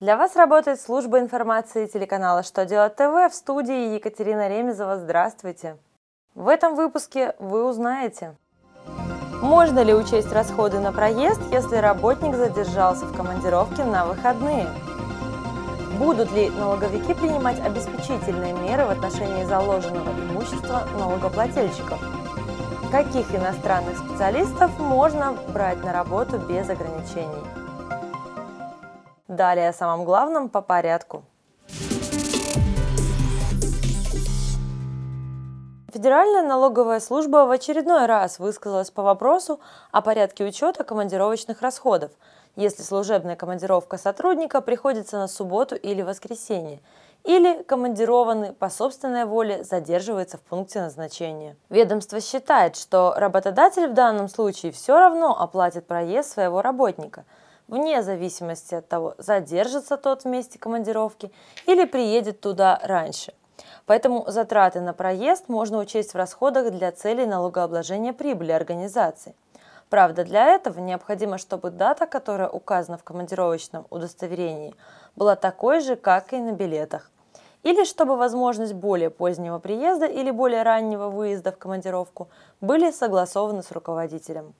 Для вас работает служба информации телеканала «Что делать ТВ», в студии Екатерина Ремезова. Здравствуйте! В этом выпуске вы узнаете: можно ли учесть расходы на проезд, если работник задержался в командировке на выходные? Будут ли налоговики принимать обеспечительные меры в отношении заложенного имущества налогоплательщиков? Каких иностранных специалистов можно брать на работу без ограничений? Далее о самом главном по порядку. Федеральная налоговая служба в очередной раз высказалась по вопросу о порядке учета командировочных расходов, если служебная командировка сотрудника приходится на субботу или воскресенье, или командированный по собственной воле задерживается в пункте назначения. Ведомство считает, что работодатель в данном случае все равно оплатит проезд своего работника, вне зависимости от того, задержится тот в месте командировки или приедет туда раньше. Поэтому затраты на проезд можно учесть в расходах для целей налогообложения прибыли организации. Правда, для этого необходимо, чтобы дата, которая указана в командировочном удостоверении, была такой же, как и на билетах. Или чтобы возможность более позднего приезда или более раннего выезда в командировку были согласованы с руководителем.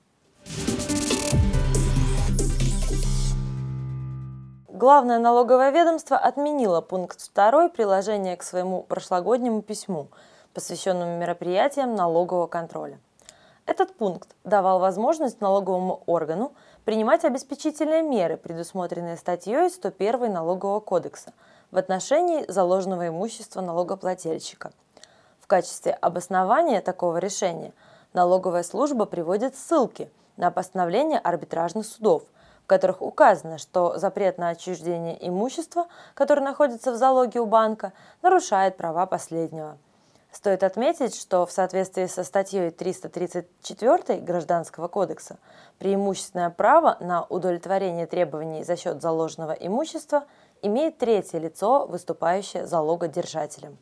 Главное налоговое ведомство отменило пункт 2 приложения к своему прошлогоднему письму, посвященному мероприятиям налогового контроля. Этот пункт давал возможность налоговому органу принимать обеспечительные меры, предусмотренные статьей 101 Налогового кодекса, в отношении заложенного имущества налогоплательщика. В качестве обоснования такого решения налоговая служба приводит ссылки на постановления арбитражных судов, в которых указано, что запрет на отчуждение имущества, которое находится в залоге у банка, нарушает права последнего. Стоит отметить, что в соответствии со статьей 334 Гражданского кодекса преимущественное право на удовлетворение требований за счет заложенного имущества имеет третье лицо, выступающее залогодержателем.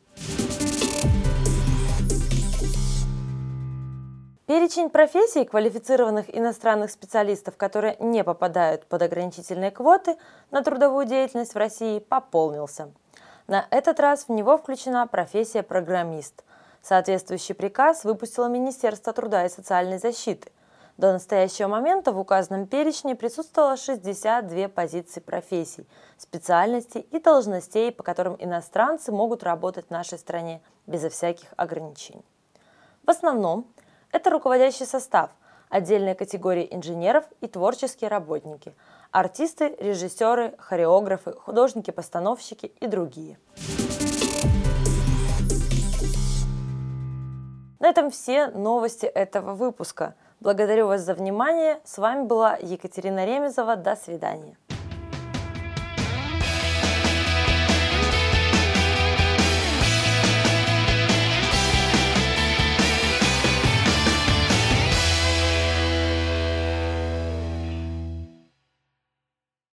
Перечень профессий квалифицированных иностранных специалистов, которые не попадают под ограничительные квоты на трудовую деятельность в России, пополнился. На этот раз в него включена профессия программист. Соответствующий приказ выпустило Министерство труда и социальной защиты. До настоящего момента в указанном перечне присутствовало 62 позиции профессий, специальностей и должностей, по которым иностранцы могут работать в нашей стране безо всяких ограничений. В основном это руководящий состав, отдельные категории инженеров и творческие работники, артисты, режиссеры, хореографы, художники-постановщики и другие. На этом все новости этого выпуска. Благодарю вас за внимание. С вами была Екатерина Ремезова. До свидания.